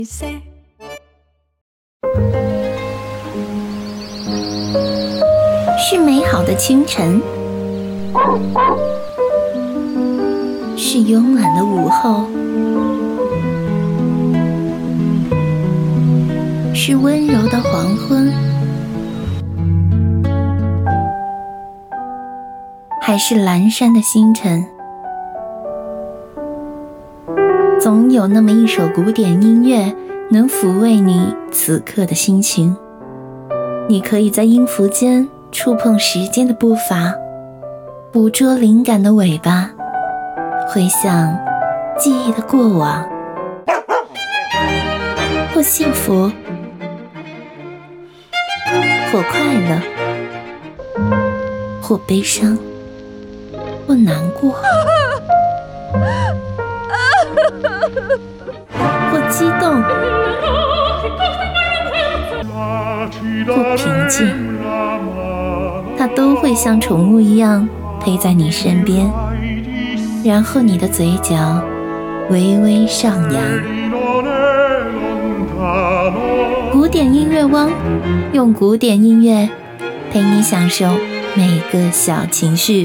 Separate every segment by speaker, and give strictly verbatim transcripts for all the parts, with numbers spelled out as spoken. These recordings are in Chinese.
Speaker 1: 是美好的清晨，是慵懒的午后，是温柔的黄昏，还是阑珊的星辰。总有那么一首古典音乐能抚慰你此刻的心情。你可以在音符间触碰时间的步伐，捕捉灵感的尾巴，回想记忆的过往，或幸福，或快乐，或悲伤，或难过，或激动，或平静，它都会像宠物一样陪在你身边，然后你的嘴角微微上扬。古典音乐汪，用古典音乐陪你享受每个小情绪。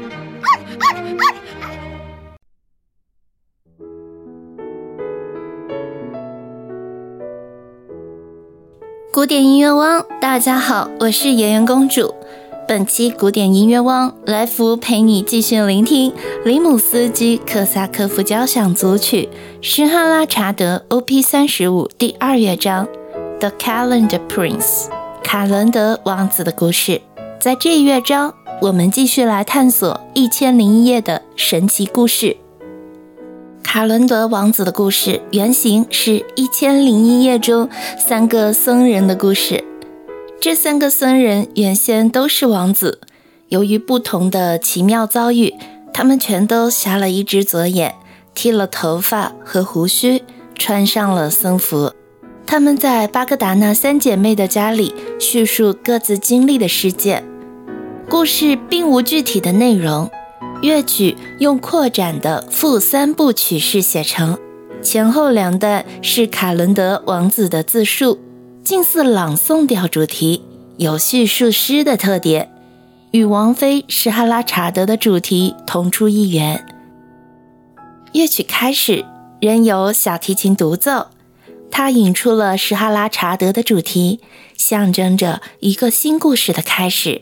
Speaker 1: 古典音乐汪，大家好，我是圆圆公主。本期古典音乐汪，来福陪你继续聆听里姆斯基科萨科夫交响组曲施哈拉查德 O P 三十五 第二乐章 The Calendar Prince 卡伦德王子的故事。在这一乐章，我们继续来探索一千零一夜的神奇故事。卡伦德王子的故事原型是一千零一夜中三个僧人的故事。这三个僧人原先都是王子，由于不同的奇妙遭遇，他们全都瞎了一只左眼，剃了头发和胡须，穿上了僧服。他们在巴格达那三姐妹的家里叙述各自经历的事件。故事并无具体的内容，乐曲用扩展的复三部曲式写成，前后两段是卡伦德王子的自述，近似朗诵调主题，有叙述诗的特点，与王妃施哈拉查德的主题同出一源。乐曲开始仍由小提琴独奏，它引出了施哈拉查德的主题，象征着一个新故事的开始。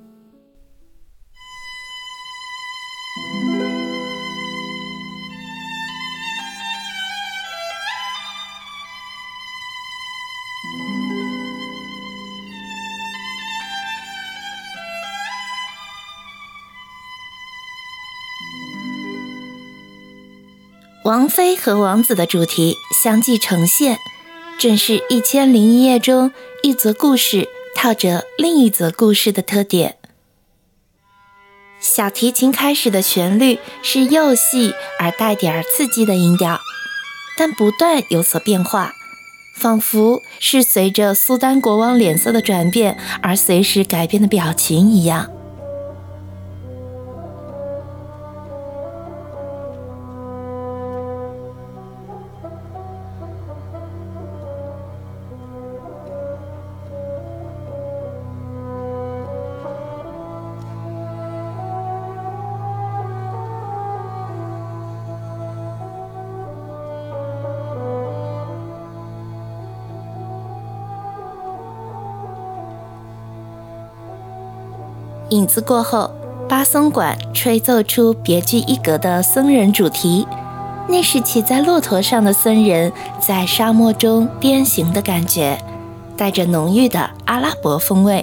Speaker 1: 王妃和王子的主题相继呈现，正是一千零一夜中一则故事套着另一则故事的特点。小提琴开始的旋律是幼细而带点刺激的音调，但不断有所变化，仿佛是随着苏丹国王脸色的转变而随时改变的表情一样。影子过后，巴松管吹奏出别具一格的僧人主题，那是骑在骆驼上的僧人在沙漠中颠行的感觉，带着浓郁的阿拉伯风味。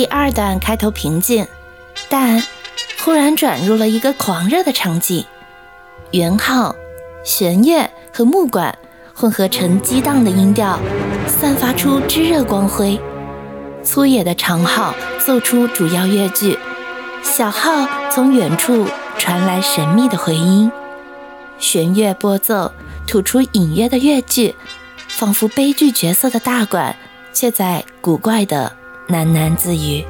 Speaker 1: 二段开头平静，但忽然转入了一个狂热的场景。圆号、弦乐和木管混合成激荡的音调，散发出炙热光辉。粗野的长号奏出主要乐句，小号从远处传来神秘的回音。弦乐拨奏吐出隐约的乐句，仿佛悲剧角色的大管却在古怪地喃喃自语。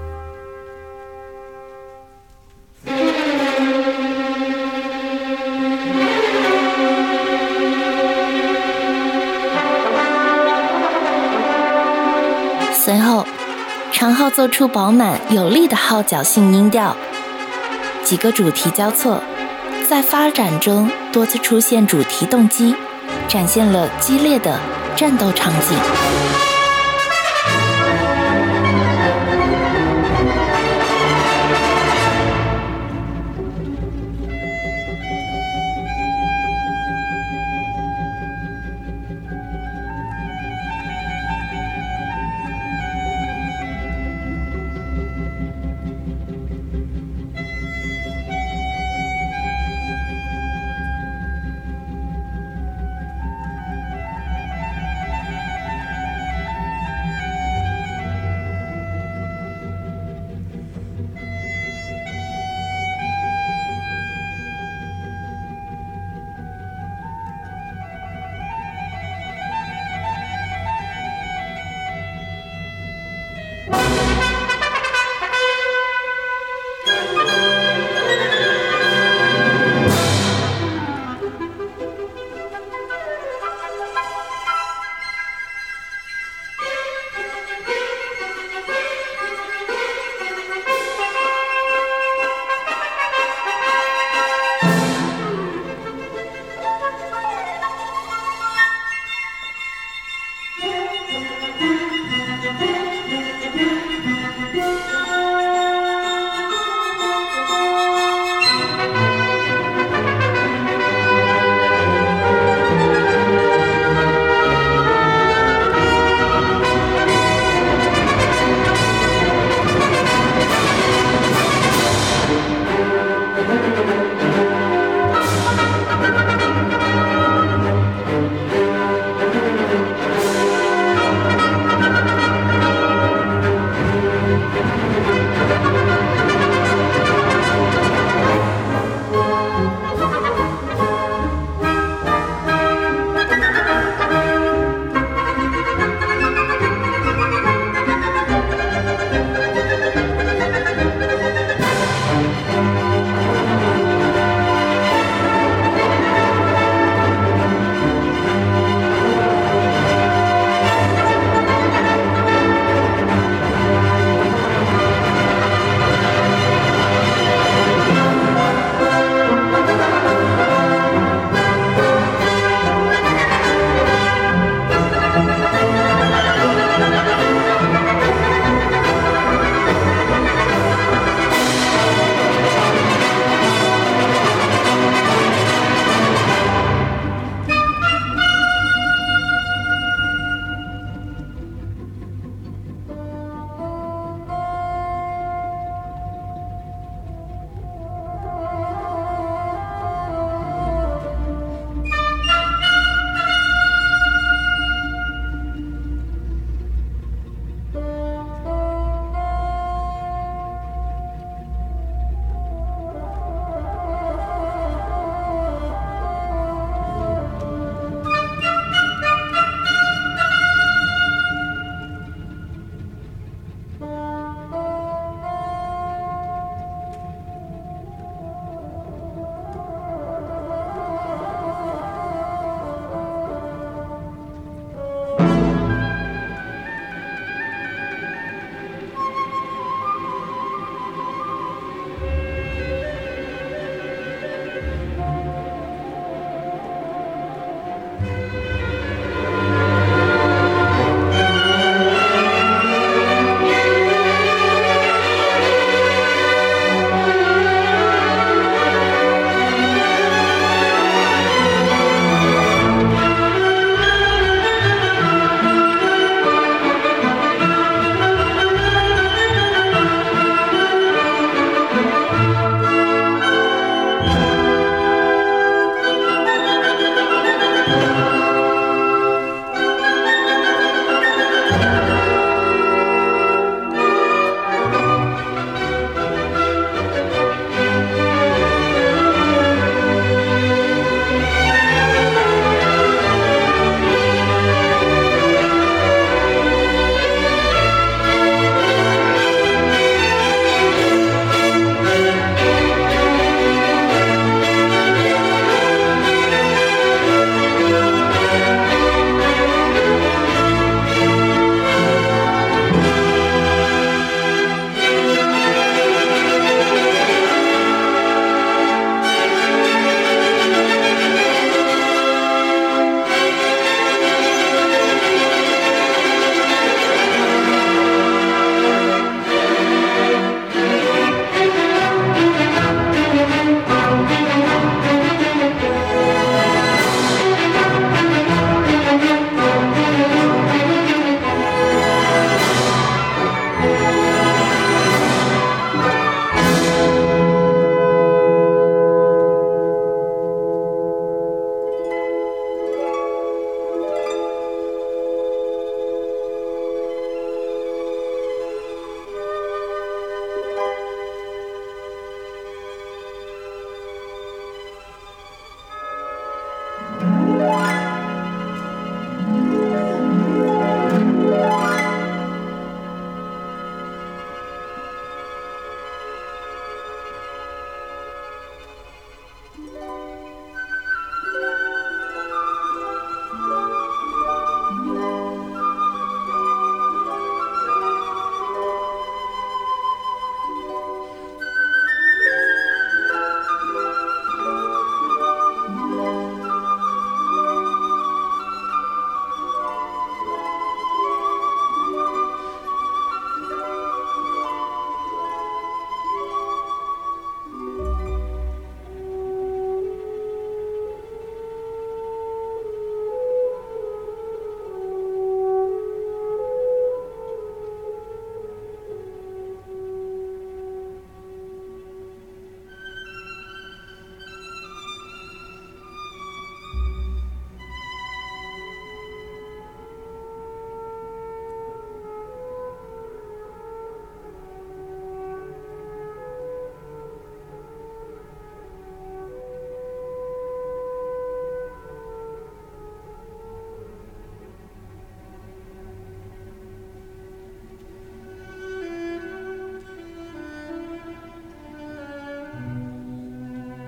Speaker 1: 随后，长号奏出饱满有力的号角性音调，几个主题交错，在发展中多次出现主题动机，展现了激烈的战斗场景。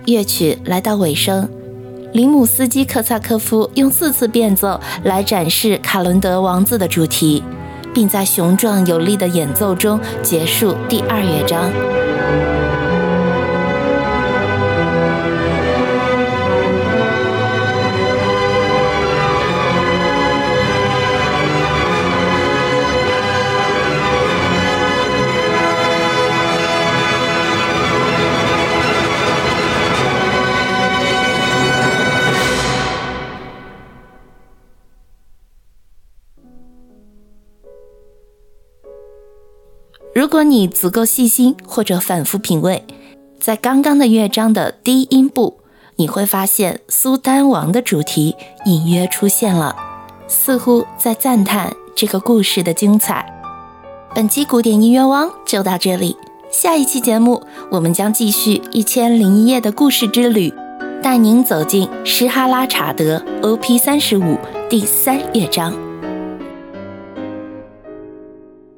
Speaker 1: 乐曲来到尾声，林姆斯基科萨科夫用四次变奏来展示卡伦德王子的主题，并在雄壮有力的演奏中结束第二乐章。如果你足够细心或者反复品味，在刚刚的乐章的低音部，你会发现苏丹王的主题隐约出现了，似乎在赞叹这个故事的精彩。本期古典音乐汪就到这里，下一期节目我们将继续一千零一夜的故事之旅，带您走进施哈拉查德 O P 三十五第三乐章。